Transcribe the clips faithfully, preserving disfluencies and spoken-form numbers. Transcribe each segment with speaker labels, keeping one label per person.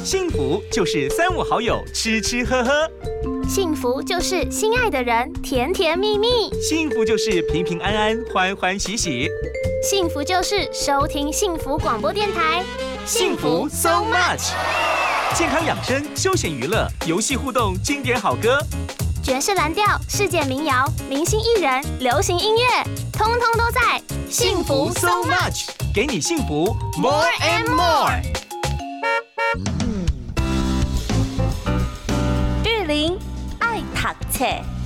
Speaker 1: 幸福就是三五好友吃吃喝喝，
Speaker 2: 幸福就是心爱的人甜甜蜜蜜，
Speaker 1: 幸福就是平平安安欢欢喜喜，
Speaker 2: 幸福就是收听幸福广播电台，
Speaker 1: 幸福 so much。健康养生、休闲娱乐、游戏互动、经典好歌，
Speaker 2: 爵士蓝调、世界民谣、明星艺人、流行音乐，通通都在
Speaker 1: 幸福 so much， 给你幸福 more and more。
Speaker 2: 玉林爱读册。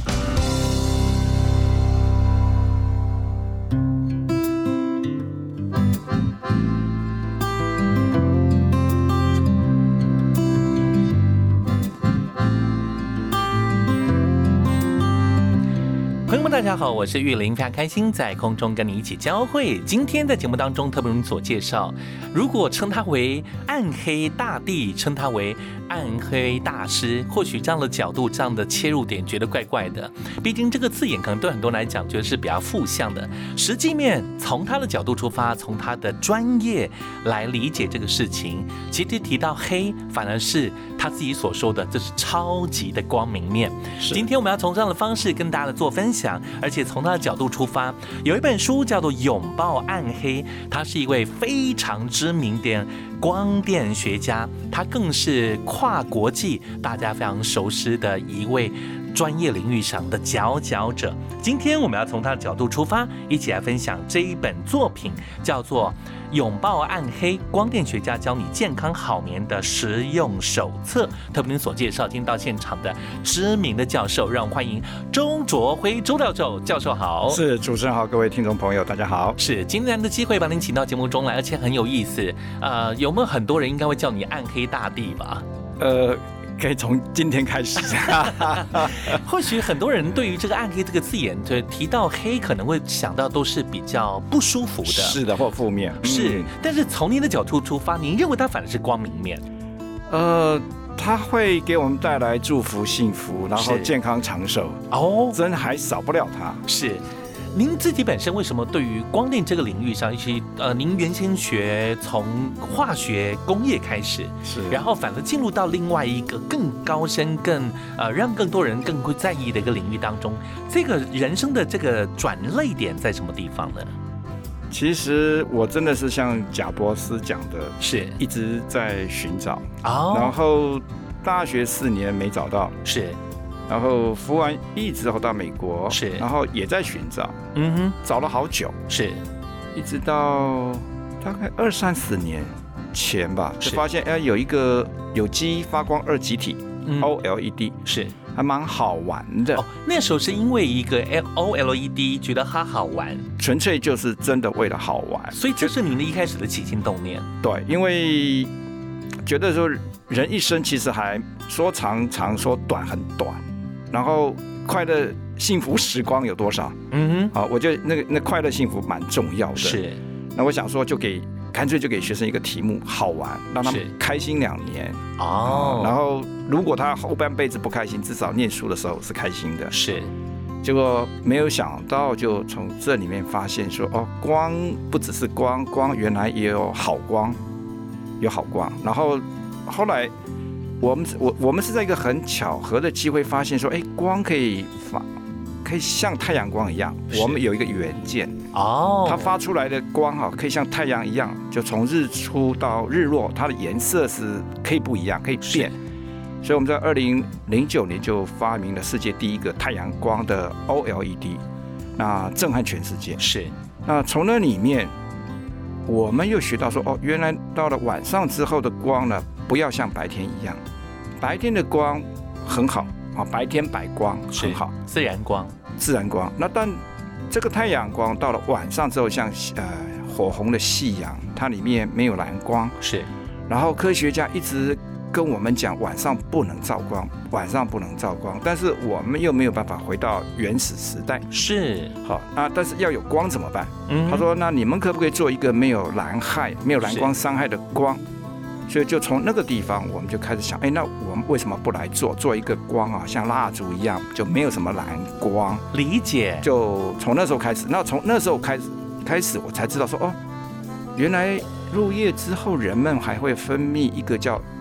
Speaker 1: 朋友们，大家好，我是玉林，非常开心在空中跟你一起交汇。今天在节目当中特别为你所介绍，如果称他为暗黑大帝，称他为暗黑大师，或许这样的角度、这样的切入点觉得怪怪的。毕竟这个字眼可能对很多人来讲觉得是比较负向的。实际面从他的角度出发，从他的专业来理解这个事情，其实提到黑，反而是他自己所说的，这是超级的光明面。今天我们要从这样的方式跟大家做分享。而且从他的角度出发，有一本书叫做《拥抱暗黑》，他是一位非常知名的光电学家，他更是跨国际大家非常熟悉的一位专业领域上的佼佼者。今天我们要从他的角度出发，一起来分享这一本作品，叫做《拥抱暗黑：光电学家教你健康好眠的实用手册》。特别所介绍，今天到现场的知名的教授，让我们欢迎周卓辉周教授。教授好。
Speaker 3: 是，主持人好，各位听众朋友大家好。
Speaker 1: 是，今天的机会把您请到节目中来，而且很有意思。呃，有没有很多人应该会叫你暗黑大帝吧？
Speaker 3: 呃。可以从今天开始
Speaker 1: 或许很多人对于这个暗黑这个字眼，就提到黑可能会想到都是比较不舒服的，
Speaker 3: 是的，或负面。
Speaker 1: 是，嗯、但是从您的角度出发，您认为它反而是光明面？
Speaker 3: 呃，它会给我们带来祝福、幸福，然后健康长寿。哦，真还少不了它。
Speaker 1: 是。您自己本身为什么对于光电这个领域上，尤其呃，您原先学从化学工业开始，是，然后反而进入到另外一个更高深、更呃让更多人更会在意的一个领域当中，这个人生的这个转捩点在什么地方呢？
Speaker 3: 其实我真的是像贾伯斯讲的，
Speaker 1: 是
Speaker 3: 一直在寻找，
Speaker 1: 哦，
Speaker 3: 然后大学四年没找到，
Speaker 1: 是。
Speaker 3: 然后服完役之后到美国，
Speaker 1: 是，
Speaker 3: 然后也在寻找，嗯哼，找了好久，
Speaker 1: 是，
Speaker 3: 一直到大概二三十年前吧，就发现哎有一个有机发光二极体、嗯、O L E D，
Speaker 1: 是，
Speaker 3: 还蛮好玩的。哦，
Speaker 1: 那时候是因为一个 O L E D 觉得它好玩，
Speaker 3: 纯粹就是真的为了好玩，
Speaker 1: 所以这是您的一开始的起心动念。
Speaker 3: 对，因为觉得说人一生其实还说长长说短很短。然后快乐幸福时光有多少？嗯哼，啊，我觉得那个那快乐幸福蛮重要的。
Speaker 1: 是，
Speaker 3: 那我想说就给干脆就给学生一个题目，好玩，让他们开心两年。哦，然后如果他后半辈子不开心，至少念书的时候是开心的。
Speaker 1: 是，
Speaker 3: 结果没有想到，就从这里面发现说，哦，光不只是光，光原来也有好光，有好光。然后后来。我们我我们是在一个很巧合的机会发现说，哎，光可以发，可以像太阳光一样。我们有一个元件哦，它发出来的光哈，可以像太阳一样，就从日出到日落，它的颜色是可以不一样，可以变。所以我们在二零零九年就发明了世界第一个太阳光的 O L E D， 那震撼全世界。
Speaker 1: 是。那
Speaker 3: 从那里面，我们又学到说，哦，原来到了晚上之后的光呢，不要像白天一样。白天的光很好啊，白天白光很好，
Speaker 1: 自然光，
Speaker 3: 自然光。那但这个太阳光到了晚上之后，像呃火红的夕阳，它里面没有蓝光，
Speaker 1: 是。
Speaker 3: 然后科学家一直跟我们讲，晚上不能照光，晚上不能照光。但是我们又没有办法回到原始时代，
Speaker 1: 是。
Speaker 3: 好啊，但是要有光怎么办？嗯，他说，那你们可不可以做一个没有蓝害、没有蓝光伤害的光？所以就从那个地方，我们就开始想，哎，那我们为什么不来做做一个光啊，像蜡烛一样，就没有什么蓝光？
Speaker 1: 理解。
Speaker 3: 就从那时候开始，那从那时候开始，开始我才知道说，哦，原来入夜之后，人们还会分泌一个叫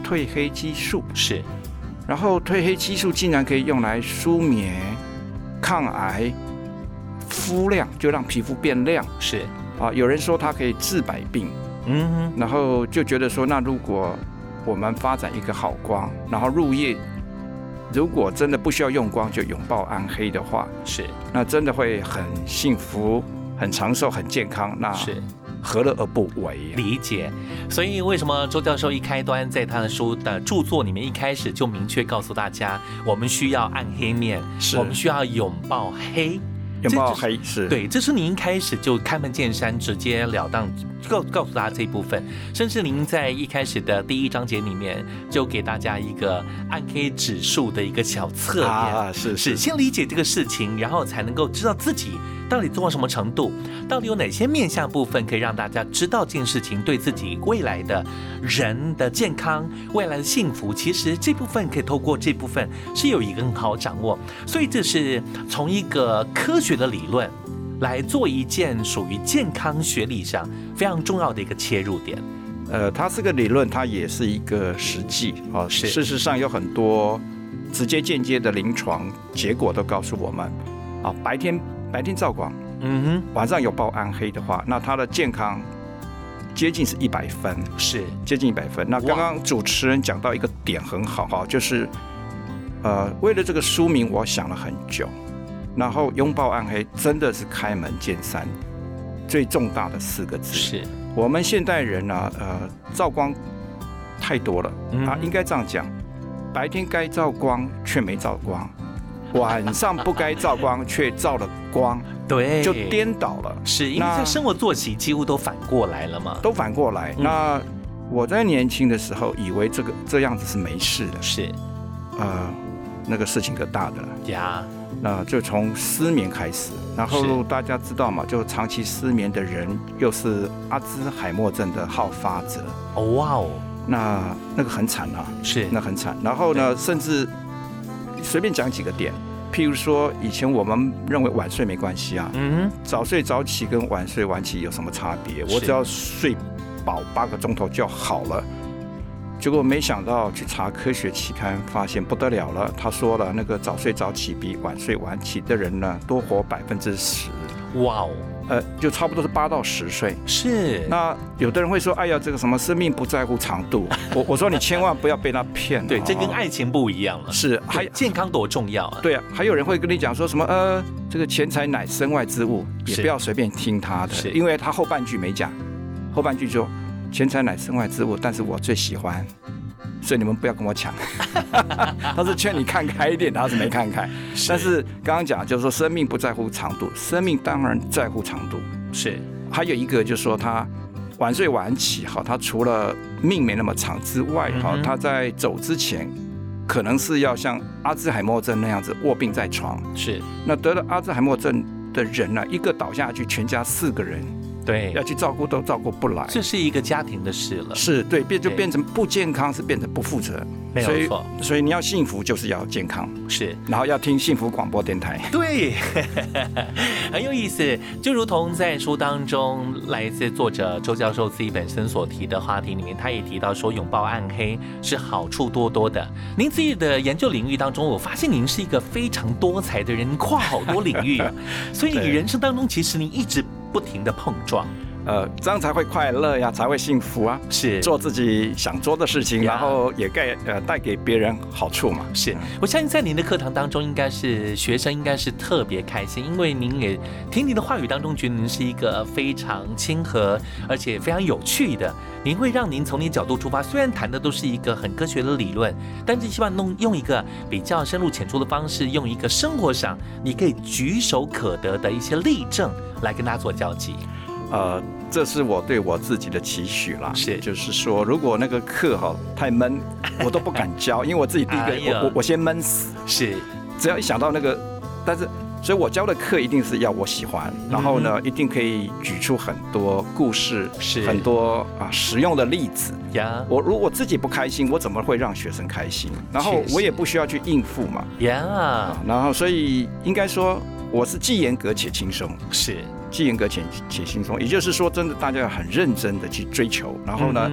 Speaker 3: 褪黑激素，
Speaker 1: 是，
Speaker 3: 然后褪黑激素竟然可以用来舒眠、抗癌、肤亮，就让皮肤变亮。
Speaker 1: 是
Speaker 3: 啊，有人说它可以治百病，
Speaker 1: 嗯哼，
Speaker 3: 然后就觉得说，那如果我们发展一个好光，然后入夜，如果真的不需要用光就拥抱暗黑的话，
Speaker 1: 是，
Speaker 3: 那真的会很幸福、很长寿、很健康。那
Speaker 1: 是。
Speaker 3: 何乐而不为、啊？
Speaker 1: 理解，所以为什么周教授一开端在他的书的著作里面一开始就明确告诉大家，我们需要暗黑面，我们需要拥抱黑。
Speaker 3: 拥抱黑是
Speaker 1: 对，这是您一开始就开门见山、直截了当告告诉大家这一部分，甚至您在一开始的第一章节里面就给大家一个暗黑指数的一个小测验
Speaker 3: 啊，是 是,
Speaker 1: 是先理解这个事情，然后才能够知道自己到底做到什么程度，到底有哪些面向部分可以让大家知道这件事情对自己未来的人的健康、未来的幸福，其实这部分可以透过这部分是有一个很好掌握，所以这是从一个科学的理论来做一件属于健康学理上非常重要的一个切入点。
Speaker 3: 呃，它是个理论，它也是一个实际啊。事实上有很多直接间接的临床结果都告诉我们啊，白天白天照光，
Speaker 1: 嗯哼，
Speaker 3: 晚上有抱暗黑的话，那它的健康接近是一百分，
Speaker 1: 是
Speaker 3: 接近一百分。那刚刚主持人讲到一个点很好哈，就是呃，为了这个书名，我想了很久。然后拥抱暗黑真的是开门见山最重大的四个字。
Speaker 1: 是
Speaker 3: 我们现代人呢、啊，呃，照光太多了、嗯、啊，应该这样讲：白天该照光却没照光，晚上不该照光却照了光，
Speaker 1: 对，
Speaker 3: 就颠倒了。
Speaker 1: 是因为这生活作息几乎都反过来了嘛？
Speaker 3: 都反过来。嗯、那我在年轻的时候以为这个这样子是没事的，
Speaker 1: 是，
Speaker 3: 呃，那个事情可大的了
Speaker 1: 呀。
Speaker 3: 那就从失眠开始，然后大家知道嘛，就长期失眠的人又是阿兹海默症的好发者。
Speaker 1: 哦哇哦，
Speaker 3: 那那个很惨啊，
Speaker 1: 是
Speaker 3: 那很惨。然后呢，甚至随便讲几个点，譬如说，以前我们认为晚睡没关系啊，嗯，早睡早起跟晚睡晚起有什么差别？我只要睡饱八个钟头就好了。结果没想到去查科学期刊，发现不得了了。他说了，那个早睡早起比晚睡晚起的人呢，多活百分之十。
Speaker 1: 哇哦，
Speaker 3: 呃，就差不多是八到十岁。
Speaker 1: 是。
Speaker 3: 那有的人会说，哎呀，这个什么生命不在乎长度。我我说你千万不要被他骗了。
Speaker 1: 对，这跟爱情不一样了。
Speaker 3: 是，
Speaker 1: 还健康多重要啊。
Speaker 3: 对啊，还有人会跟你讲说什么，呃，这个钱财乃身外之物，也不要随便听他的，因为他后半句没讲，后半句说。钱财乃身外之物，但是我最喜欢，所以你们不要跟我抢。他是劝你看开一点，他是没看开。但是刚刚讲就是说，生命不在乎长度，生命当然在乎长度。
Speaker 1: 是，
Speaker 3: 还有一个就是说，他晚睡晚起，好，他除了命没那么长之外，好，嗯、他在走之前，可能是要像阿兹海默症那样子卧病在床。
Speaker 1: 是，
Speaker 3: 那得了阿兹海默症的人呢、啊，一个倒下去，全家四个人。
Speaker 1: 对，
Speaker 3: 要去照顾都照顾不来，
Speaker 1: 这是一个家庭的事了。
Speaker 3: 是对，变就变成不健康，是变成不负责。
Speaker 1: 没有错，
Speaker 3: 所以，所以你要幸福就是要健康，
Speaker 1: 是，
Speaker 3: 然后要听幸福广播电台。
Speaker 1: 对，很有意思。就如同在书当中，来自作者周教授自己本身所提的话题里面，他也提到说，拥抱暗黑是好处多多的。您自己的研究领域当中，我发现您是一个非常多才的人，跨好多领域，所以人生当中其实您一直不停的碰撞，
Speaker 3: 呃，这样才会快乐呀，才会幸福啊。
Speaker 1: 是
Speaker 3: 做自己想做的事情，然后也带呃带给别人好处嘛。
Speaker 1: 是，我相信在您的课堂当中，应该是学生应该是特别开心，因为您也听您的话语当中，觉得您是一个非常亲和而且非常有趣的。您会让您从你角度出发，虽然谈的都是一个很科学的理论，但是希望弄用一个比较深入浅出的方式，用一个生活上你可以举手可得的一些例证来跟大家做交集。
Speaker 3: 呃，这是我对我自己的期许啦，
Speaker 1: 是，
Speaker 3: 就是说，如果那个课哈太闷，我都不敢教，因为我自己第一个，哎、我我我先闷死，
Speaker 1: 是，
Speaker 3: 只要一想到那个，但是，所以我教的课一定是要我喜欢，然后呢，嗯、一定可以举出很多故事，
Speaker 1: 是，
Speaker 3: 很多啊实用的例子
Speaker 1: 呀。
Speaker 3: 我如果自己不开心，我怎么会让学生开心？然后我也不需要去应付嘛，
Speaker 1: 呀、
Speaker 3: 啊。然后，所以应该说，我是既严格且轻松，
Speaker 1: 是。
Speaker 3: 既严格且且轻松，也就是说，真的大家要很认真的去追求，然后呢，嗯、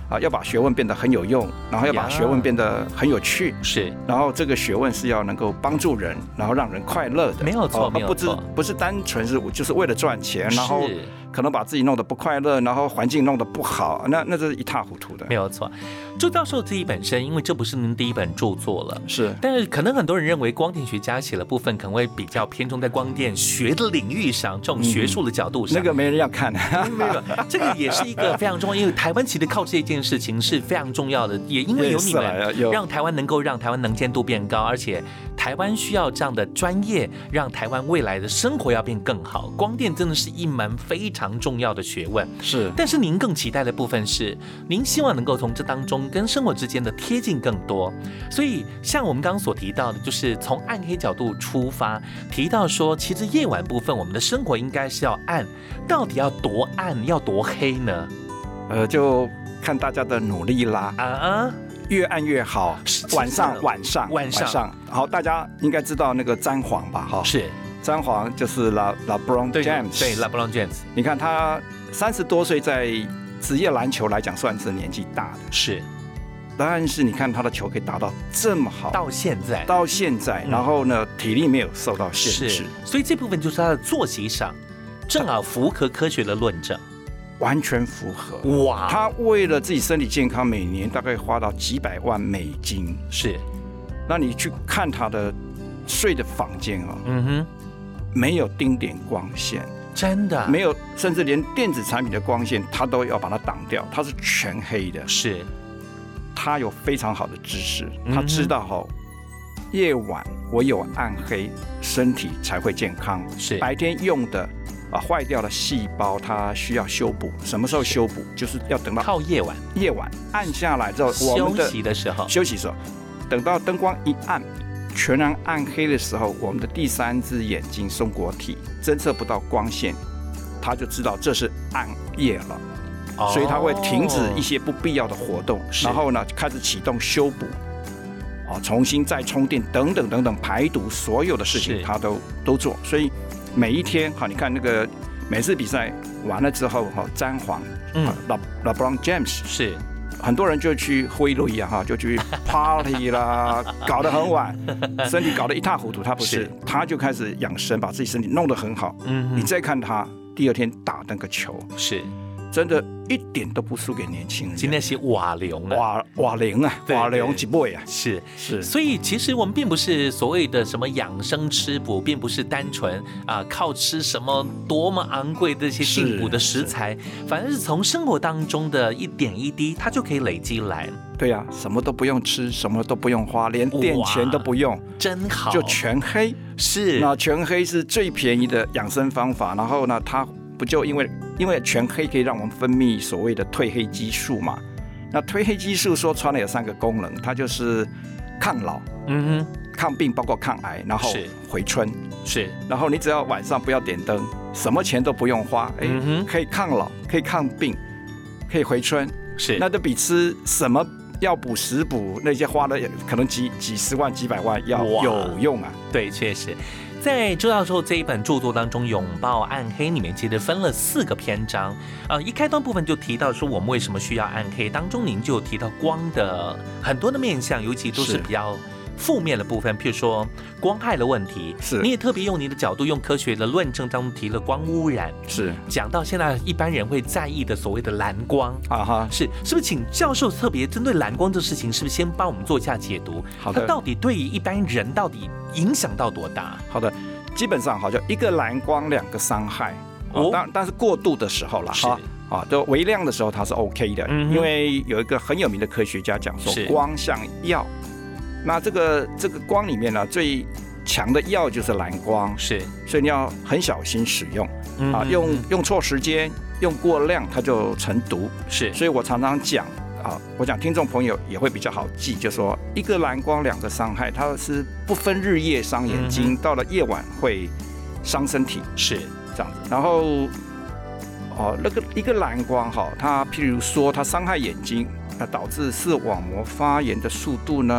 Speaker 3: 啊，要把学问变得很有用，然后要把学问变得很有趣，
Speaker 1: 是，
Speaker 3: 然后这个学问是要能够帮助人，然后让人快乐的，
Speaker 1: 没有错，没有
Speaker 3: 不是
Speaker 1: 错，
Speaker 3: 不是单纯是就是为了赚钱，然后
Speaker 1: 是
Speaker 3: 可能把自己弄得不快乐，然后环境弄得不好，那那这是一塌糊涂的。
Speaker 1: 没有错。朱教授自己本身，因为这不是您第一本著作了，
Speaker 3: 是，
Speaker 1: 但是可能很多人认为光电学家写的部分可能会比较偏重在光电学的领域上，这种学术的角度上，
Speaker 3: 嗯、那个没人要看。
Speaker 1: 没有，这个也是一个非常重要，因为台湾其实靠这件事情是非常重要的，也因为有你们，让台湾能够让台湾能见度变高，而且台湾需要这样的专业，让台湾未来的生活要变更好。光电真的是一门非常重要的学问，
Speaker 3: 是。
Speaker 1: 但是您更期待的部分是，您希望能够从这当中跟生活之间的贴近更多。所以，像我们刚刚所提到的，就是从暗黑角度出发，提到说，其实夜晚部分我们的生活应该是要暗，到底要多暗，要多黑呢？
Speaker 3: 呃，就看大家的努力啦。
Speaker 1: 啊啊。
Speaker 3: 越暗越好，晚上晚上
Speaker 1: 晚上，
Speaker 3: 好，大家应该知道那个詹皇吧？哈，
Speaker 1: 是
Speaker 3: 詹皇就是拉拉布朗 James，
Speaker 1: 对，拉布朗 James。
Speaker 3: 你看他三十多岁，在职业篮球来讲算是年纪大的，
Speaker 1: 是。
Speaker 3: 但是你看他的球可以打到这么好，
Speaker 1: 到现在，
Speaker 3: 到现在，然后呢，体力没有受到限制，
Speaker 1: 所以这部分就是他的作息上正好符合科学的论证。
Speaker 3: 完全符合
Speaker 1: 哇！
Speaker 3: 他为了自己身体健康，每年大概花到几百万美金。
Speaker 1: 是，
Speaker 3: 那你去看他的睡的房间啊，
Speaker 1: 嗯哼，
Speaker 3: 没有丁点光线，
Speaker 1: 真的
Speaker 3: 没有，甚至连电子产品的光线他都要把它挡掉，它是全黑的。
Speaker 1: 是，
Speaker 3: 他有非常好的知识，他知道哈、哦，夜晚唯有暗黑，身体才会健康。
Speaker 1: 是，
Speaker 3: 白天用的。啊，坏掉的细胞它需要修补，什么时候修补？就是要等到
Speaker 1: 靠夜晚，
Speaker 3: 夜晚暗下来之后，我们的
Speaker 1: 休息的时候，
Speaker 3: 休息的时候，等到灯光一暗，全然暗黑的时候，我们的第三只眼睛松果体侦测不到光线，它就知道这是暗夜了，哦、所以它会停止一些不必要的活动，然后呢开始启动修补，啊，重新再充电等等等等，排毒所有的事情它都都做，所以。每一天，好，你看那个每次比赛完了之后，哈，詹皇，嗯，拉拉布朗 James
Speaker 1: 是，
Speaker 3: 很多人就去挥泪啊，哈，就去 party 啦，搞得很晚，身体搞得一塌糊涂。他不是，是他就开始养生，把自己身体弄得很好。嗯，你再看他第二天打那个球，
Speaker 1: 是。
Speaker 3: 真的一点都不输给年轻人。
Speaker 1: 今天是瓦龙啊，
Speaker 3: 瓦瓦灵啊，瓦龙几倍啊？
Speaker 1: 是
Speaker 3: 是。
Speaker 1: 所以其实我们并不是所谓的什么养生吃补，并不是单纯啊、呃、靠吃什么多么昂贵的这些进补的食材，反而是从生活当中的一点一滴，它就可以累积来。
Speaker 3: 对呀、啊，什么都不用吃，什么都不用花，连电钱都不用，
Speaker 1: 真好，
Speaker 3: 就全黑。
Speaker 1: 是。
Speaker 3: 那全黑是最便宜的养生方法，然后呢，它。不就因为因为全黑可以让我们分泌所谓的褪黑激素嘛？那褪黑激素说穿了有三个功能，它就是抗老，嗯哼，抗病，包括抗癌，然后回春，
Speaker 1: 是。
Speaker 3: 然后你只要晚上不要点灯，什么钱都不用花，哎、嗯，可以抗老，可以抗病，可以回春，
Speaker 1: 是。
Speaker 3: 那都比吃什么药补食补那些花了可能几几十万、几百万要有用啊。
Speaker 1: 对，确实。在周教授这一本著作当中，《拥抱暗黑》里面其实分了四个篇章，呃，一开端部分就提到说我们为什么需要暗黑，当中您就有提到光的很多的面向，尤其都是比较负面的部分，譬如说光害的问题，
Speaker 3: 是。
Speaker 1: 你也特别用你的角度，用科学的论证当中提了光污染，
Speaker 3: 是。讲
Speaker 1: 到现在一般人会在意的所谓的蓝光
Speaker 3: 啊哈，
Speaker 1: 是，是不是请教授特别针对蓝光这事情，是不是先帮我们做一下解读？
Speaker 3: 好的。
Speaker 1: 它到底对于一般人到底影响到多大？
Speaker 3: 好的。基本上好，就一个蓝光两个伤害，哦，但但是过度的时候啦，哈，啊，就微量的时候它是 OK 的，嗯，因为有一个很有名的科学家讲说，光像药，那这个这个光里面呢，最强的药就是蓝光，
Speaker 1: 是，
Speaker 3: 所以你要很小心使用，嗯，啊，用用错时间，用过量它就成毒，
Speaker 1: 是，
Speaker 3: 所以我常常讲。啊，我讲听众朋友也会比较好记，就说一个蓝光两个伤害，它是不分日夜伤眼睛，嗯，到了夜晚会伤身体，
Speaker 1: 是
Speaker 3: 这样子。然后哦，那个一个蓝光哈，它譬如说它伤害眼睛，那导致视网膜发炎的速度呢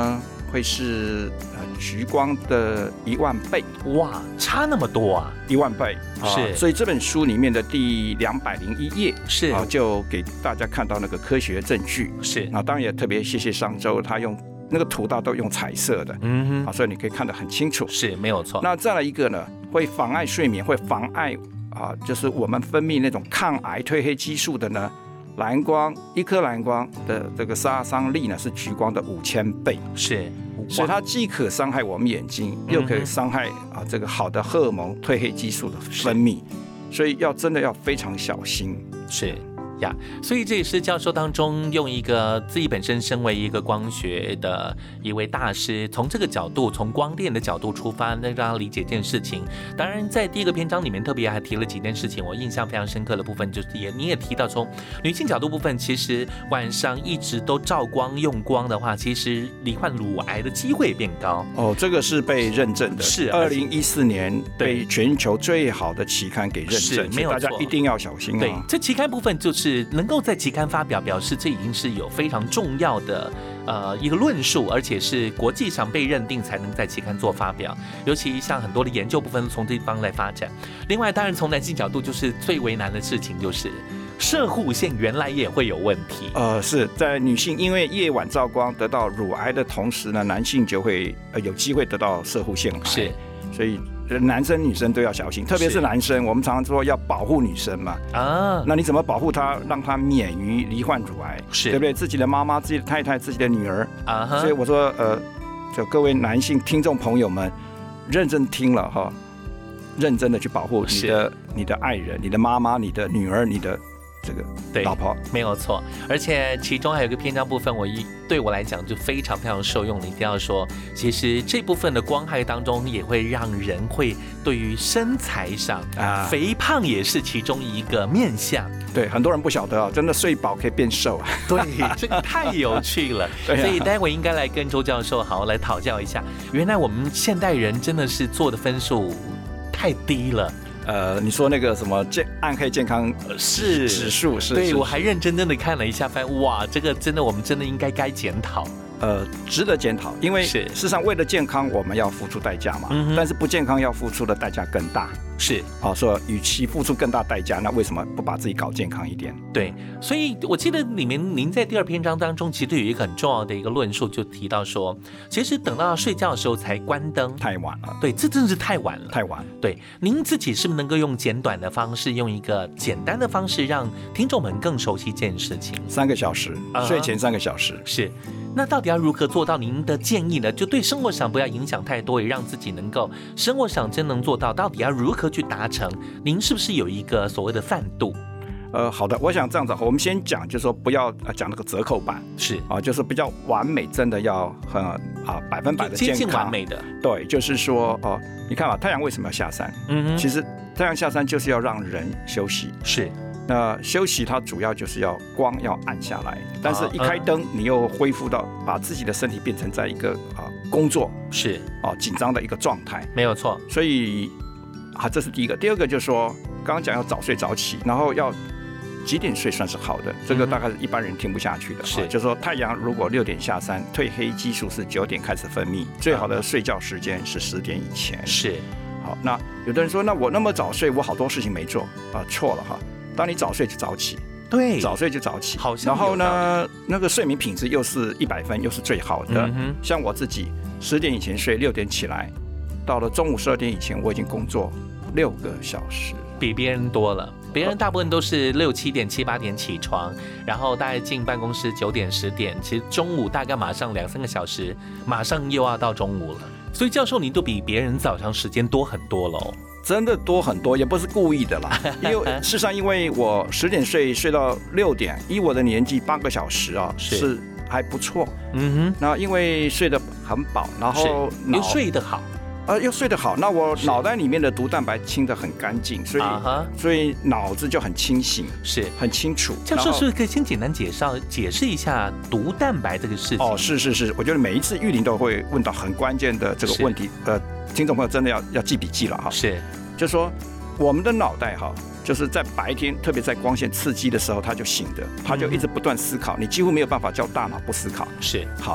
Speaker 3: 会是呃橘光的一万倍。
Speaker 1: 哇，差那么多啊！
Speaker 3: 一万倍
Speaker 1: 是、
Speaker 3: 啊，所以这本书里面的第两百零一页
Speaker 1: 是
Speaker 3: 啊，就给大家看到那个科学证据。
Speaker 1: 是
Speaker 3: 啊，当然也特别谢谢商周，他用那个图道都用彩色的，
Speaker 1: 嗯哼，
Speaker 3: 啊，所以你可以看得很清楚。
Speaker 1: 是没有错。
Speaker 3: 那再来一个呢，会妨碍睡眠，会妨碍啊，就是我们分泌那种抗癌褪黑激素的呢。蓝光，一颗蓝光的这个杀伤力呢是橘光的五千倍，
Speaker 1: 是，
Speaker 3: 所以它既可伤害我们眼睛，又可以伤害啊这个好的荷尔蒙褪黑激素的分泌，所以要真的要非常小心。
Speaker 1: 是。呀，所以这也是教授当中用一个自己本身身为一个光学的一位大师，从这个角度，从光电的角度出发，那让他理解这件事情。当然，在第一个篇章里面特别还提了几件事情，我印象非常深刻的部分就是也你也提到从女性角度部分，其实晚上一直都照光用光的话，其实罹患乳癌的机会变高。
Speaker 3: 哦，这个是被认证的，
Speaker 1: 是
Speaker 3: 二零一四年被全球最好的期刊给认证，
Speaker 1: 没有错，
Speaker 3: 大家一定要小心啊。
Speaker 1: 对，这期刊部分就是。能够在期刊发表，表示这已经是有非常重要的呃一个论述，而且是国际上被认定才能在期刊做发表。尤其像很多的研究部分从这地方来发展。另外，当然从男性角度，就是最为难的事情就是射护线原来也会有问题。
Speaker 3: 呃，是在女性因为夜晚照光得到乳癌的同时呢，男性就会呃有机会得到射护腺癌。
Speaker 1: 是，
Speaker 3: 所以。男生女生都要小心，特别是男生，我们常常说要保护女生嘛。啊，那你怎么保护她，让她免于罹患乳癌？是，对不对？自己的妈妈、自己的太太、自己的女儿啊。所以我说，呃，就各位男性听众朋友们，认真听了哈，认真的去保护你的、你的爱人、你的妈妈、你的女儿、你的。这个
Speaker 1: 对
Speaker 3: 老婆
Speaker 1: 没有错，而且其中还有一个篇章部分，我一对我来讲就非常非常受用的，一定要说，其实这部分的光害当中也会让人会对于身材上啊，肥胖也是其中一个面向。
Speaker 3: 对，很多人不晓得啊，真的睡饱可以变瘦啊。
Speaker 1: 对，这个太有趣了。啊、所以待会应该来跟周教授好好来讨教一下，原来我们现代人真的是做的分数太低了。
Speaker 3: 呃，你说那个什么健暗黑健康
Speaker 1: 是
Speaker 3: 指数是？
Speaker 1: 对，我还认真真的看了一下，发现哇，这个真的我们真的应该该检讨。
Speaker 3: 呃，值得检讨，因为事实上为了健康我们要付出代价嘛，嗯、但是不健康要付出的代价更大。是，哦，说与其付出更大代价，那为什么不把自己搞健康一点？
Speaker 1: 对，所以我记得里面您在第二篇章当中，其实有一个很重要的一个论述，就提到说，其实等到睡觉的时候才关灯，
Speaker 3: 太晚了。
Speaker 1: 对，这真的是太晚了，
Speaker 3: 太晚。
Speaker 1: 对，您自己是不是能够用简短的方式，用一个简单的方式，让听众们更熟悉这件事情？
Speaker 3: 三个小时，uh-huh, 睡前三个小时
Speaker 1: 是。那到底要如何做到您的建议呢？就对生活上不要影响太多，也让自己能够生活上真能做到。到底要如何去达成？您是不是有一个所谓的范度？
Speaker 3: 呃，好的，我想这样子，我们先讲，就是说不要讲那个折扣版，
Speaker 1: 是
Speaker 3: 啊，就是比较完美，真的要很啊百分百的健康，
Speaker 1: 接近完美的。
Speaker 3: 对，就是说哦、呃，你看嘛，太阳为什么要下山？嗯哼，其实太阳下山就是要让人休息，
Speaker 1: 是。
Speaker 3: 那休息它主要就是要光要暗下来，但是一开灯，你又恢复到把自己的身体变成在一个啊工作
Speaker 1: 是
Speaker 3: 啊紧张的一个状态，
Speaker 1: 没有错。
Speaker 3: 所以啊，这是第一个。第二个就是说，刚刚讲要早睡早起，然后要几点睡算是好的，这个大概是一般人听不下去的。是、嗯，就是说太阳如果六点下山，褪黑激素是九点开始分泌，最好的睡觉时间是十点以前。
Speaker 1: 是，
Speaker 3: 好，那有的人说，那我那么早睡，我好多事情没做啊，错了哈。当你早睡就早起，
Speaker 1: 对，
Speaker 3: 早睡就早起，
Speaker 1: 好像
Speaker 3: 然后呢，那个睡眠品质又是一百分，又是最好的。嗯、像我自己十点以前睡，六点起来，到了中午十二点以前，我已经工作六个小时，
Speaker 1: 比别人多了。别人大部分都是六七点、七八点起床，然后大概进办公室九点、十点，其实中午大概马上两三个小时，马上又要到中午了。所以教授，你都比别人早上时间多很多喽。
Speaker 3: 真的多很多，也不是故意的啦。因为事实上，因为我十点睡，睡到六点，以我的年纪，八个小时啊，是, 是还不错。嗯哼。那因为睡得很饱，然后
Speaker 1: 又睡得好，
Speaker 3: 呃，又睡得好，那我脑袋里面的毒蛋白清得很干净，所以、uh-huh. 所以脑子就很清醒，
Speaker 1: 是很
Speaker 3: 清楚。
Speaker 1: 教授是不是可以先简单介绍解释一下毒蛋白这个事情？
Speaker 3: 哦，是是是，我觉得每一次玉林都会问到很关键的这个问题，呃。听众朋友真的要要记笔记了哈，
Speaker 1: 是，
Speaker 3: 就是说我们的脑袋哈，就是在白天，特别在光线刺激的时候，它就醒的，它就一直不断思考，你几乎没有办法叫大脑不思考。
Speaker 1: 是，
Speaker 3: 好，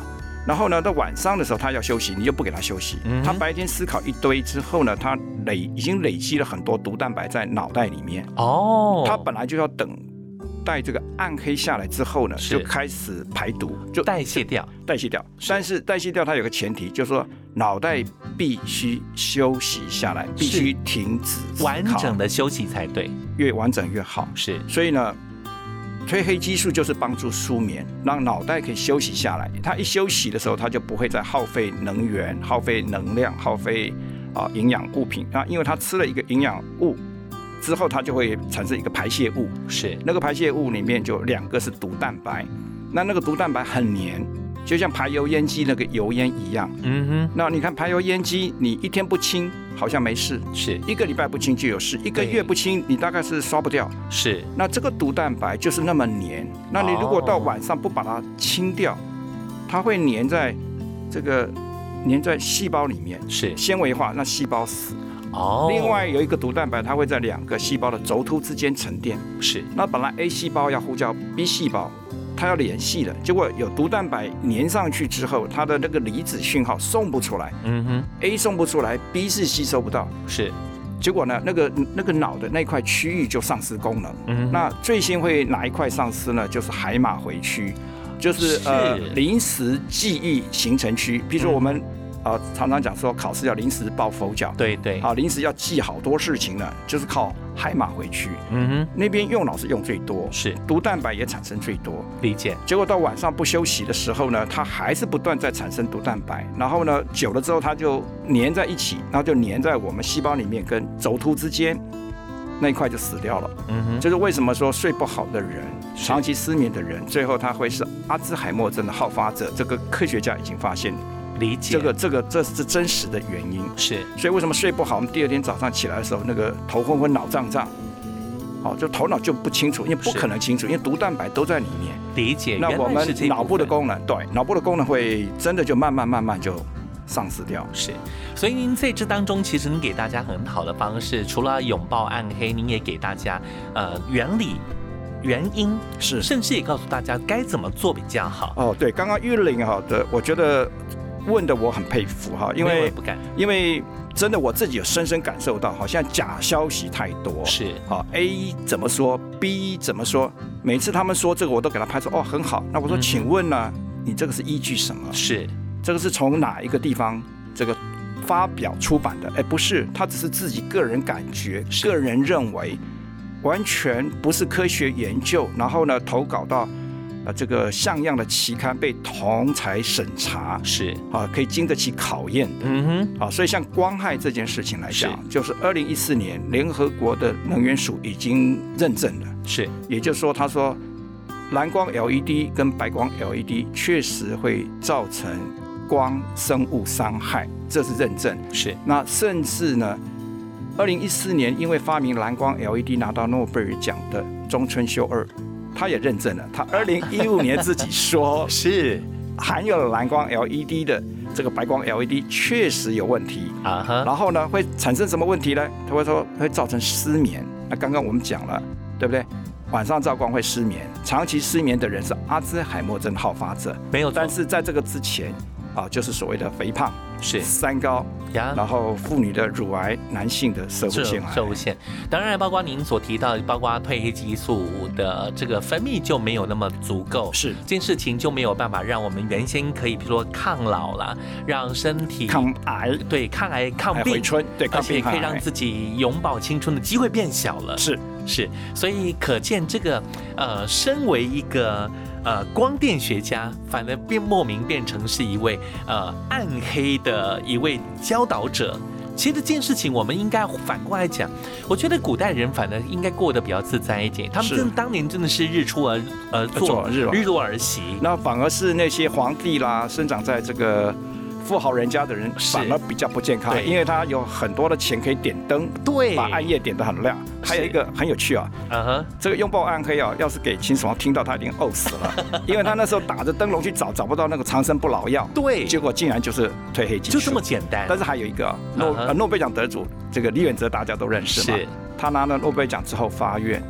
Speaker 3: 然后呢，到晚上的时候他要休息，你就不给他休息。嗯、他白天思考一堆之后呢，他累已经累积了很多毒蛋白在脑袋里面。哦，他本来就要等待这个暗黑下来之后呢，就开始排毒，就
Speaker 1: 代谢掉，
Speaker 3: 代谢掉。但是代谢掉它有个前提，就是说脑袋必须休息下来，必须停止思考，
Speaker 1: 完整的休息才对，
Speaker 3: 越完整越好。
Speaker 1: 是，
Speaker 3: 所以呢。褪黑激素就是帮助舒眠，让脑袋可以休息下来。它一休息的时候，它就不会再耗费能源、耗费能量、耗费啊营养物品啊，因为它吃了一个营养物之后，它就会产生一个排泄物。
Speaker 1: 是，
Speaker 3: 那个排泄物里面就两个是毒蛋白，那那个毒蛋白很黏，就像排油烟机那个油烟一样。嗯哼。那你看排油烟机，你一天不清好像没事，
Speaker 1: 是一
Speaker 3: 个礼拜不清就有事，一个月不清你大概是刷不掉。
Speaker 1: 是，
Speaker 3: 那这个毒蛋白就是那么黏，那你如果到晚上不把它清掉，哦、它会黏在这个黏在细胞里面，
Speaker 1: 是
Speaker 3: 纤维化，那细胞死。
Speaker 1: 哦。
Speaker 3: 另外有一个毒蛋白，它会在两个细胞的轴突之间沉淀。
Speaker 1: 是。那
Speaker 3: 本来 A 细胞要呼叫 B 细胞。它要联系的，结果有毒蛋白粘上去之后，它的那个离子讯号送不出来。嗯哼 ，A 送不出来 ，B 是吸收不到。
Speaker 1: 是，
Speaker 3: 结果呢，那个那个脑的那块区域就丧失功能。嗯，那最先会哪一块丧失呢？就是海马回区，就是呃临时记忆形成区。比如说我们。嗯啊，常常讲说考试要临时抱佛脚，
Speaker 1: 对对，
Speaker 3: 啊，临时要记好多事情呢，就是靠海马回区，嗯哼，那边用脑是用最多，
Speaker 1: 是
Speaker 3: 毒蛋白也产生最多，
Speaker 1: 理解。
Speaker 3: 结果到晚上不休息的时候呢，它还是不断在产生毒蛋白，然后呢，久了之后它就粘在一起，然后就粘在我们细胞里面跟轴突之间，那一块就死掉了。嗯哼，就是为什么说睡不好的人，长期失眠的人，最后他会是阿兹海默症的好发者，这个科学家已经发现了。
Speaker 1: 理解
Speaker 3: 这个这个这是真实的原因，
Speaker 1: 是，
Speaker 3: 所以为什么睡不好？我们第二天早上起来的时候，那个头昏昏、脑胀胀，哦，就头脑就不清楚，因为不可能清楚，因为毒蛋白都在里面。
Speaker 1: 理解。
Speaker 3: 那我们脑部的功能，对，脑部的功能会真的就慢慢慢慢就丧失掉。
Speaker 1: 是，所以您在这当中，其实您给大家很好的方式，除了拥抱暗黑，您也给大家呃原理。原因
Speaker 3: 是，
Speaker 1: 甚至也告诉大家该怎么做比较好。
Speaker 3: 哦，对，刚刚玉玲哈的，我觉得问的我很佩服哈，因为
Speaker 1: 不敢，
Speaker 3: 因为真的我自己有深深感受到，好像假消息太多。
Speaker 1: 是，
Speaker 3: 好 ，A 怎么说 ，B 怎么说，每次他们说这个，我都给他拍出哦很好。那我说，嗯、请问呢，你这个是依据什么？
Speaker 1: 是，
Speaker 3: 这个是从哪一个地方这个发表出版的？哎，不是，他只是自己个人感觉、个人认为。完全不是科学研究，然后呢，投稿到呃这个像样的期刊被同侪审查，
Speaker 1: 是
Speaker 3: 啊，可以经得起考验的。嗯哼，啊，所以像光害这件事情来讲，就是二零一四年联合国的能源署已经认证了，
Speaker 1: 是，
Speaker 3: 也就是说，他说蓝光 L E D 跟白光 L E D 确实会造成光生物伤害，这是认证。
Speaker 1: 是，
Speaker 3: 那甚至呢。二零一四年，因为发明蓝光 L E D 拿到诺贝尔奖的中村修二，他也认证了。他二零一五年自己说，
Speaker 1: 是
Speaker 3: 含有蓝光 L E D 的这个白光 L E D 确实有问题啊。Uh-huh. 然后呢，会产生什么问题呢？他会说会造成失眠。那刚刚我们讲了，对不对？晚上照光会失眠，长期失眠的人是阿兹海默症好发者，
Speaker 1: 没有。
Speaker 3: 但是在这个之前啊，就是所谓的肥胖。
Speaker 1: 是
Speaker 3: 三高，然后妇女的乳癌，男性的射护腺癌，
Speaker 1: 射护腺，当然包括您所提到，包括褪黑激素的这个分泌就没有那么足够，
Speaker 3: 是
Speaker 1: 这件事情就没有办法让我们原先可以，比如说抗老啦，让身体
Speaker 3: 抗癌，
Speaker 1: 对抗癌抗病，
Speaker 3: 回春，对，
Speaker 1: 而且可以让自己永葆青春的机会变小了，
Speaker 3: 是
Speaker 1: 是，所以可见这个呃，身为一个。呃，光电学家反而变莫名变成是一位呃暗黑的一位教导者。其实这件事情我们应该反过来讲，我觉得古代人反而应该过得比较自在一点。他们真当年真的是日出而呃作，日落而息。
Speaker 3: 那反而是那些皇帝啦，生长在这个富豪人家的人，反而比较不健康，因为他有很多的钱可以点灯，
Speaker 1: 对，
Speaker 3: 把暗夜点得很亮。还有一个很有趣啊， uh-huh. 这个拥抱暗黑啊，要是给秦始皇听到，他一定呕死了，因为他那时候打着灯笼去找，找不到那个长生不老药，
Speaker 1: 对，
Speaker 3: 结果竟然就是褪黑激素，
Speaker 1: 就这么简单。
Speaker 3: 但是还有一个诺、uh-huh. 诺贝尔奖得主，这个李远哲大家都认识嘛，是，他拿了诺贝尔奖之后发愿，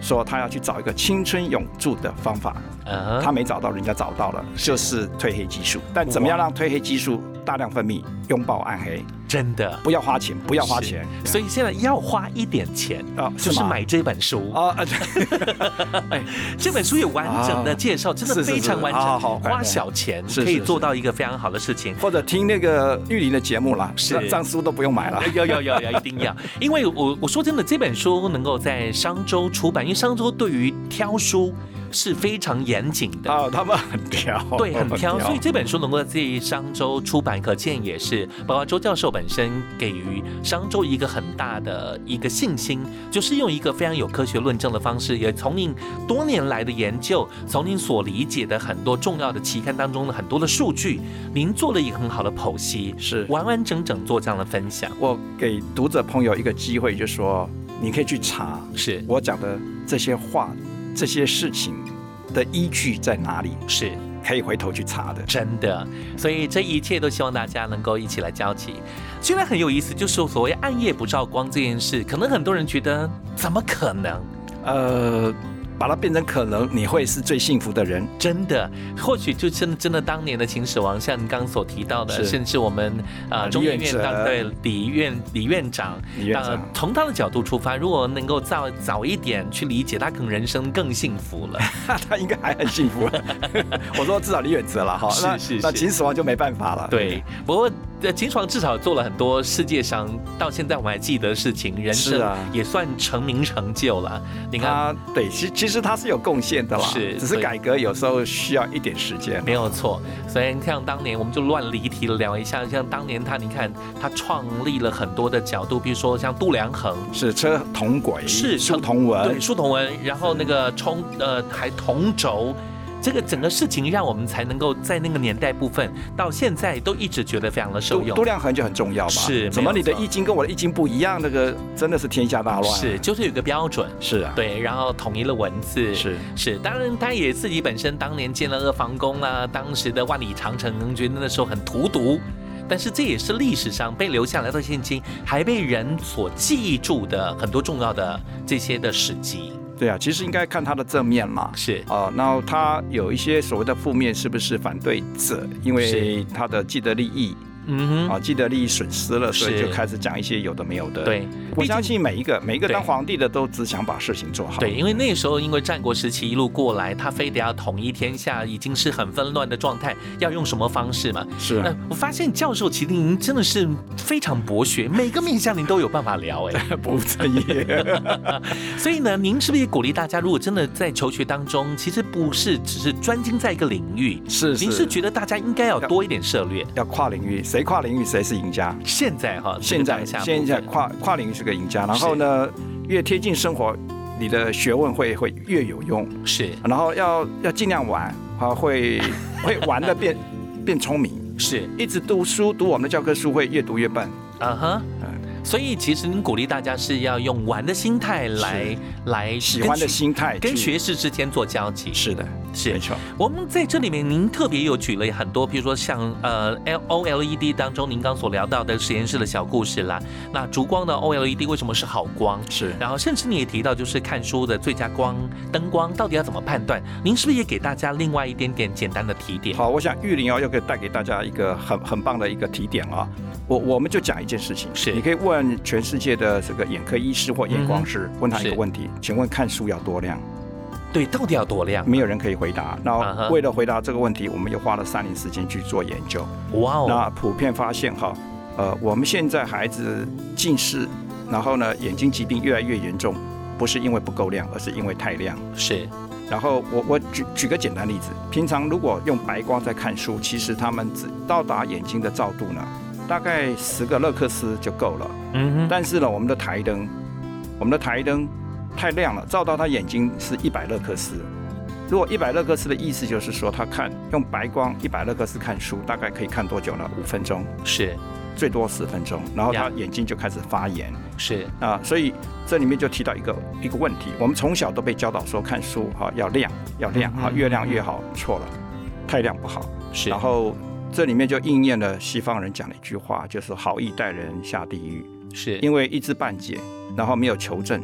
Speaker 3: 说他要去找一个青春永驻的方法，
Speaker 1: 啊，
Speaker 3: 他没找到，人家找到了，就是褪黑激素。但怎么样让褪黑激素大量分泌，拥抱暗黑？
Speaker 1: 真的
Speaker 3: 不要花钱，不要花钱。
Speaker 1: 所以现在要花一点钱啊，就是买这本书啊。哎，这本书有完整的介绍，真的非常完整。花小钱可以做到一个非常好的事情，
Speaker 3: 或者听那个玉林的节目啦，
Speaker 1: 是
Speaker 3: 这样书都不用买了。
Speaker 1: 要要要要，一定要。因为我我说真的，这本书能够在商周出版，因为商周对于挑书是非常严谨的
Speaker 3: 啊，他们很挑，
Speaker 1: 对，很挑，所以这本书能够在商周出版，可见也是包括周教授本身给予商周一个很大的一个信心，就是用一个非常有科学论证的方式，也从您多年来的研究，从您所理解的很多重要的期刊当中的很多的数据，您做了一个很好的剖析，
Speaker 3: 是
Speaker 1: 完完整整做这样的分享。
Speaker 3: 我给读者朋友一个机会，就是说你可以去查，
Speaker 1: 是
Speaker 3: 我讲的这些话。这些事情的依据在哪里？
Speaker 1: 是
Speaker 3: 可以回头去查的，
Speaker 1: 真的。所以这一切都希望大家能够一起来交集。现在很有意思，就是所谓暗夜不照光这件事，可能很多人觉得怎么可能？
Speaker 3: 呃。把它变成可能，你会是最幸福的人。
Speaker 1: 真的，或许就真的真的当年的秦始皇，像您刚刚所提到的，甚至我们啊中研院当对李院李院长，
Speaker 3: 李院长
Speaker 1: 从他的角度出发，如果能够早早一点去理解，他可能人生更幸福了。
Speaker 3: 他应该还很幸福。我说至少李远哲了哈，
Speaker 1: 是是是，
Speaker 3: 那秦始皇就没办法了。
Speaker 1: 对，不过秦始皇至少做了很多世界上到现在我们还记得的事情，人生也算成名成就了。你看，
Speaker 3: 对，其其实他是有贡献的啦，
Speaker 1: 是，
Speaker 3: 只是改革有时候需要一点时间，
Speaker 1: 没有错。所以像当年我们就乱离题了聊一下，像当年他，你看他创立了很多的角度，比如说像度量衡，
Speaker 3: 是车同轨，
Speaker 1: 是
Speaker 3: 书同文，
Speaker 1: 对，书同文，然后那个冲呃还同轴。这个整个事情让我们才能够在那个年代部分到现在都一直觉得非常的受用。
Speaker 3: 度量衡就很重要嘛，
Speaker 1: 是，
Speaker 3: 怎么你的易经跟我的易经不一样？那个真的是天下大乱。
Speaker 1: 是，就是有一个标准。
Speaker 3: 是啊，
Speaker 1: 对，然后统一了文字。
Speaker 3: 是
Speaker 1: 是，当然他也自己本身当年建了阿房宫啊，当时的万里长城，觉得那时候很荼毒。但是这也是历史上被留下来的现今，还被人所记住的很多重要的这些的史迹。
Speaker 3: 对啊，其实应该看他的正面嘛，
Speaker 1: 是
Speaker 3: 啊、呃，然后他有一些所谓的负面，是不是反对者？因为他的既得利益。嗯哼，啊，既得利益损失了，所以就开始讲一些有的没有的。
Speaker 1: 对，
Speaker 3: 我相信每一个每一个当皇帝的都只想把事情做好。
Speaker 1: 对，因为那时候因为战国时期一路过来，他非得要统一天下，已经是很纷乱的状态，要用什么方式嘛？
Speaker 3: 是、啊。
Speaker 1: 我发现教授其实您真的是非常博学，每个面向您都有办法聊哎，
Speaker 3: 不专业。
Speaker 1: 所以呢，您是不是也鼓励大家，如果真的在求学当中，其实不是只是专精在一个领域，
Speaker 3: 是是，
Speaker 1: 您是觉得大家应该要多一点涉猎，
Speaker 3: 要跨领域。谁跨领域谁是赢家。
Speaker 1: 现在哈，
Speaker 3: 现在现在跨跨领域是个赢家，然后呢，越贴近生活，你的学问会会越有用。
Speaker 1: 是，
Speaker 3: 然后要要尽量玩，啊，会会玩的变变聪明。
Speaker 1: 是，
Speaker 3: 一直读书读我们的教科书会越读越笨。
Speaker 1: 啊哈。所以其实您鼓励大家是要用玩的心态来来
Speaker 3: 喜欢的心态
Speaker 1: 跟学识之间做交集。
Speaker 3: 是的，
Speaker 1: 是
Speaker 3: 没错。
Speaker 1: 我们在这里面，您特别有举了很多，比如说像呃 O L E D 当中您刚所聊到的实验室的小故事啦。那烛光的 O L E D 为什么是好光？
Speaker 3: 是。
Speaker 1: 然后甚至你也提到，就是看书的最佳光灯光到底要怎么判断？您是不是也给大家另外一点点简单的提点？
Speaker 3: 好，我想玉林哦，要给带给大家一个很很棒的一个提点啊。我我们就讲一件事情，
Speaker 1: 是，
Speaker 3: 你可以问全世界的这个眼科医师或验光师，嗯、问他一个问题，请问看书要多亮？
Speaker 1: 对，到底要多亮？
Speaker 3: 没有人可以回答。然后为了回答这个问题，我们又花了三年时间去做研究。
Speaker 1: 哇哦！
Speaker 3: 那普遍发现哈，呃，我们现在孩子近视，然后呢眼睛疾病越来越严重，不是因为不够亮，而是因为太亮。
Speaker 1: 是。
Speaker 3: 然后我我举举个简单例子，平常如果用白光在看书，其实他们只到达眼睛的照度呢，大概十个勒克斯就够了。嗯哼。但是呢，我们的台灯，我们的台灯太亮了，照到他眼睛是一百勒克斯。如果一百勒克斯的意思就是说，他看用白光一百勒克斯看书，大概可以看多久呢？五分钟。
Speaker 1: 是。
Speaker 3: 最多十分钟，然后他眼睛就开始发炎。
Speaker 1: 是
Speaker 3: 啊，所以这里面就提到一个一个问题，我们从小都被教导说看书哈要亮要亮哈，越亮越好，错了，太亮不好。
Speaker 1: 是，
Speaker 3: 然后这里面就应验了西方人讲的一句话，就是好意待人下地狱。
Speaker 1: 是，
Speaker 3: 因为一知半解，然后没有求证，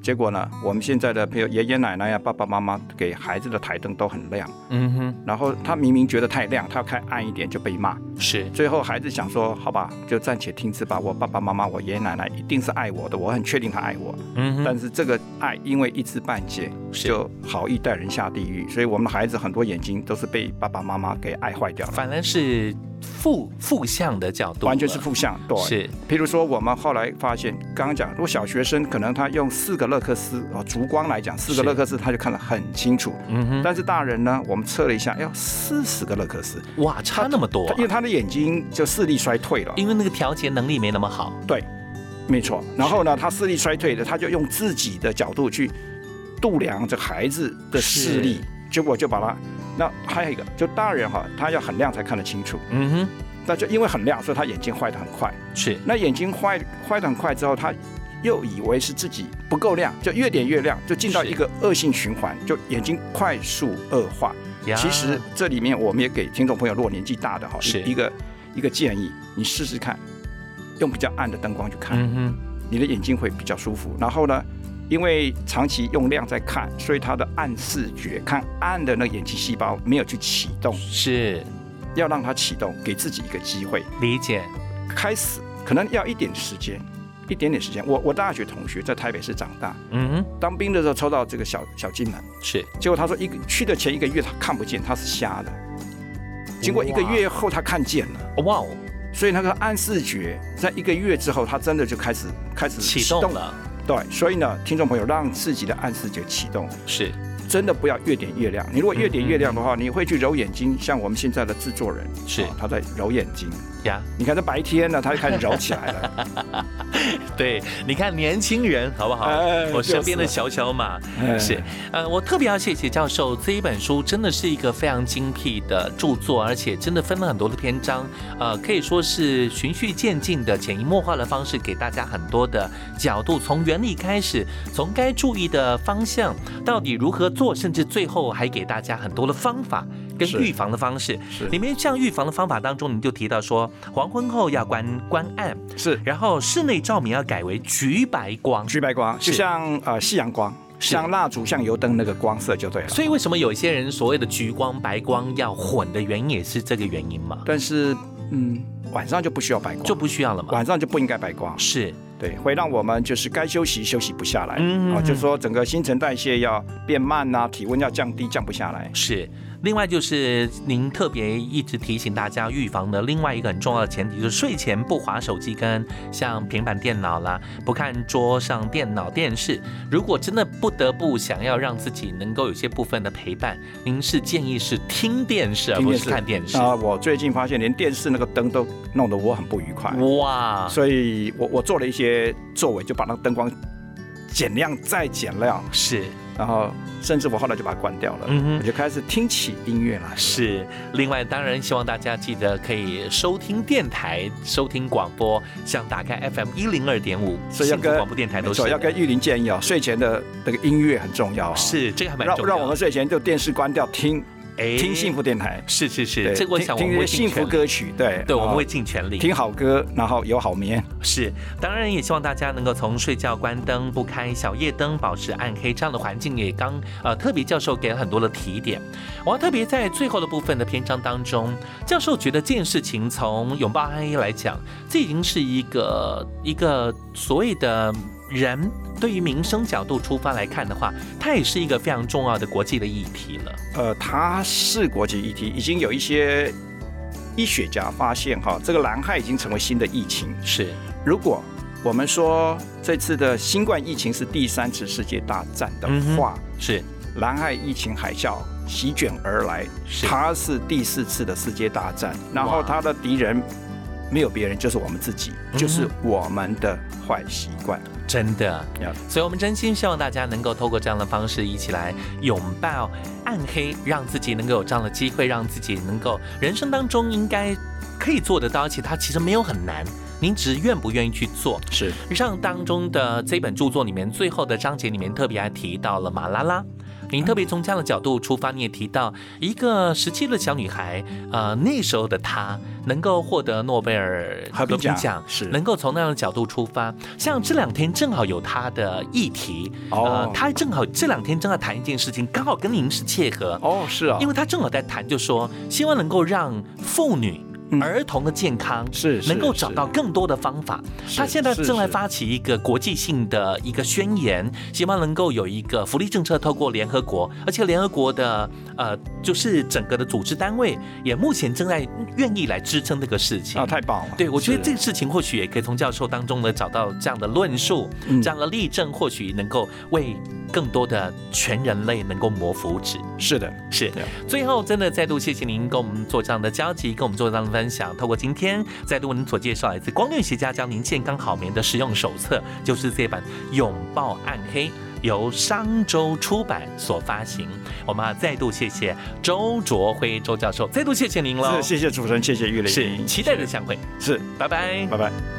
Speaker 3: 结果呢，我们现在的比如爷爷奶奶呀、爸爸妈妈给孩子的台灯都很亮，
Speaker 1: 嗯哼，
Speaker 3: 然后他明明觉得太亮，他要开暗一点就被骂。
Speaker 1: 是，
Speaker 3: 最后孩子想说，好吧，就暂且听之吧。我爸爸妈妈、我爷爷奶奶一定是爱我的，我很确定他爱我。
Speaker 1: 嗯哼，
Speaker 3: 但是这个爱因为一知半解，就好意带人下地狱。所以我们的孩子很多眼睛都是被爸爸妈妈给爱坏掉了。
Speaker 1: 反而是负负向的角度，
Speaker 3: 完全是负向。对，
Speaker 1: 是。
Speaker 3: 譬如说，我们后来发现，刚刚讲，如果小学生可能他用四个勒克斯哦，烛光来讲，四个勒克斯他就看得很清楚。嗯哼。但是大人呢，我们测了一下，要四十个勒克斯，
Speaker 1: 哇，差那么多、啊。
Speaker 3: 因为他的眼睛就视力衰退了，
Speaker 1: 因为那个调节能力没那么好。
Speaker 3: 对，没错。然后呢，他视力衰退的，他就用自己的角度去度量这孩子的视力，结果就把他。那还有一个，就大人哈，他要很亮才看得清楚。嗯哼。那就因为很亮，所以他眼睛坏得很快。
Speaker 1: 是。那
Speaker 3: 眼睛坏坏得很快之后，他又以为是自己不够亮，就越点越亮，就进到一个恶性循环，就眼睛快速恶化。其实这里面我们也给听众朋友，如果年纪大的哈，一个一个建议，你试试看，用比较暗的灯光去看，嗯哼，你的眼睛会比较舒服。然后呢，因为长期用亮在看，所以他的暗视觉，看暗的那个眼睛细胞没有去启动，
Speaker 1: 是
Speaker 3: 要让它启动，给自己一个机会。
Speaker 1: 理解，
Speaker 3: 开始可能要一点时间，一点点时间。我我大学同学在台北市长大，嗯哼，当兵的时候抽到这个小小金门，
Speaker 1: 是，
Speaker 3: 结果他说一个去的前一个月他看不见，他是瞎的，经过一个月后他看见了，哇哦！所以那个暗视觉在一个月之后，他真的就开始开始
Speaker 1: 启动了。
Speaker 3: 对，所以呢，听众朋友，让自己的暗视觉启动，
Speaker 1: 是
Speaker 3: 真的不要越点越亮。你如果越点越亮的话，你会去揉眼睛，像我们现在的制作人，
Speaker 1: 是、哦、
Speaker 3: 他在揉眼睛
Speaker 1: 呀。
Speaker 3: 你看，在白天呢，他就开始揉起来了。
Speaker 1: 对，你看年轻人好不好？哎、我身边的小小马、哎、是，呃，我特别要谢谢教授，这一本书真的是一个非常精辟的著作，而且真的分了很多的篇章，呃，可以说是循序渐进的、潜移默化的方式，给大家很多的角度，从原理开始，从该注意的方向，到底如何做，甚至最后还给大家很多的方法。跟预防的方式，里面像预防的方法当中，你就提到说，黄昏后要关关暗，
Speaker 3: 是，
Speaker 1: 然后室内照明要改为橘白光，
Speaker 3: 橘白光就像呃夕阳光，像蜡烛、像油灯那个光色就对了。
Speaker 1: 所以为什么有一些人所谓的橘光、白光要混的原因，也是这个原因嘛？
Speaker 3: 但是嗯，晚上就不需要白光，
Speaker 1: 就不需要了嘛，
Speaker 3: 晚上就不应该白光，
Speaker 1: 是。
Speaker 3: 对，会让我们就是该休息休息不下来，嗯，啊，就是说整个新陈代谢要变慢啊，体温要降低，降不下来。
Speaker 1: 是，另外就是您特别一直提醒大家预防的另外一个很重要的前提，就是睡前不滑手机跟像平板电脑啦，不看桌上电脑电视。如果真的不得不想要让自己能够有些部分的陪伴，您是建议是听电视而不是看电视啊？
Speaker 3: 我最近发现连电视那个灯都弄得我很不愉快，哇！所以我我做了一些作为，就把那个灯光减亮再减亮，
Speaker 1: 是，
Speaker 3: 然后甚至我后来就把它关掉了，嗯，我就开始听起音乐来。
Speaker 1: 是，另外当然希望大家记得可以收听电台、收听广播，像打开 F M 一零二点五，
Speaker 3: 所以要跟
Speaker 1: 广播电台都是。
Speaker 3: 要跟玉林建议哦，睡前的那个音乐很重要、哦，
Speaker 1: 是这个还蛮重要的，
Speaker 3: 让让我们睡前就电视关掉听。听幸福电台，
Speaker 1: 是是是，这个我想我们会
Speaker 3: 听幸福歌曲，对
Speaker 1: 对，我们会尽全力
Speaker 3: 听好歌，然后有好眠。
Speaker 1: 是，当然也希望大家能够从睡觉关灯、不开小夜灯、保持暗黑这样的环境，也刚呃特别教授给了很多的提点。我要特别在最后的部分的篇章当中，教授觉得这件事情从拥抱暗黑来讲，这已经是一个一个所谓的人。对于民生角度出发来看的话，它也是一个非常重要的国际的议题了。
Speaker 3: 呃，它是国际议题，已经有一些医学家发现哈，这个蓝害已经成为新的疫情。
Speaker 1: 是，
Speaker 3: 如果我们说这次的新冠疫情是第三次世界大战的话，嗯、
Speaker 1: 是
Speaker 3: 蓝害疫情海啸席卷而来，它是第四次的世界大战，然后它的敌人没有别人，就是我们自己，嗯、就是我们的坏习惯。
Speaker 1: 真的，所以我们真心希望大家能够透过这样的方式一起来拥抱暗黑，让自己能够有这样的机会，让自己能够人生当中应该可以做得到，而且它其实没有很难，您只是愿不愿意去做。
Speaker 3: 是，
Speaker 1: 像当中的这本著作里面最后的章节里面特别还提到了马拉拉。 您特别从这样的角度出发，你也提到一个十七的小女孩，呃，那时候的她能够获得诺贝尔和平奖，
Speaker 3: 是
Speaker 1: 能够从那样的角度出发。像这两天正好有她的议题，呃，她正好这两天正在谈一件事情，刚好跟您是切合
Speaker 3: 哦，是啊，
Speaker 1: 因为她正好在谈，就说希望能够让妇女。儿童的健康
Speaker 3: 是
Speaker 1: 能够找到更多的方法。他现在正在发起一个国际性的一个宣言，希望能够有一个福利政策透过联合国，而且联合国的呃就是整个的组织单位也目前正在愿意来支撑这个事情。
Speaker 3: 啊，太棒了！
Speaker 1: 对，我觉得这个事情或许也可以从教授当中呢找到这样的论述，这样的例证，或许能够为更多的全人类能够谋福祉。
Speaker 3: 是的，
Speaker 1: 是。最后，真的再度谢谢您跟我们做这样的交集，跟我们做这样的分享。透过今天再度为您所介绍来自光电学家教您健康好眠的实用手册，就是这版《拥抱暗黑》，由商周出版所发行。我们再度谢谢周卓辉周教授，再度谢谢您了。
Speaker 3: 是，谢谢主持人，谢谢玉玲，
Speaker 1: 是期待的相会。
Speaker 3: 是，
Speaker 1: 拜拜，
Speaker 3: 拜拜。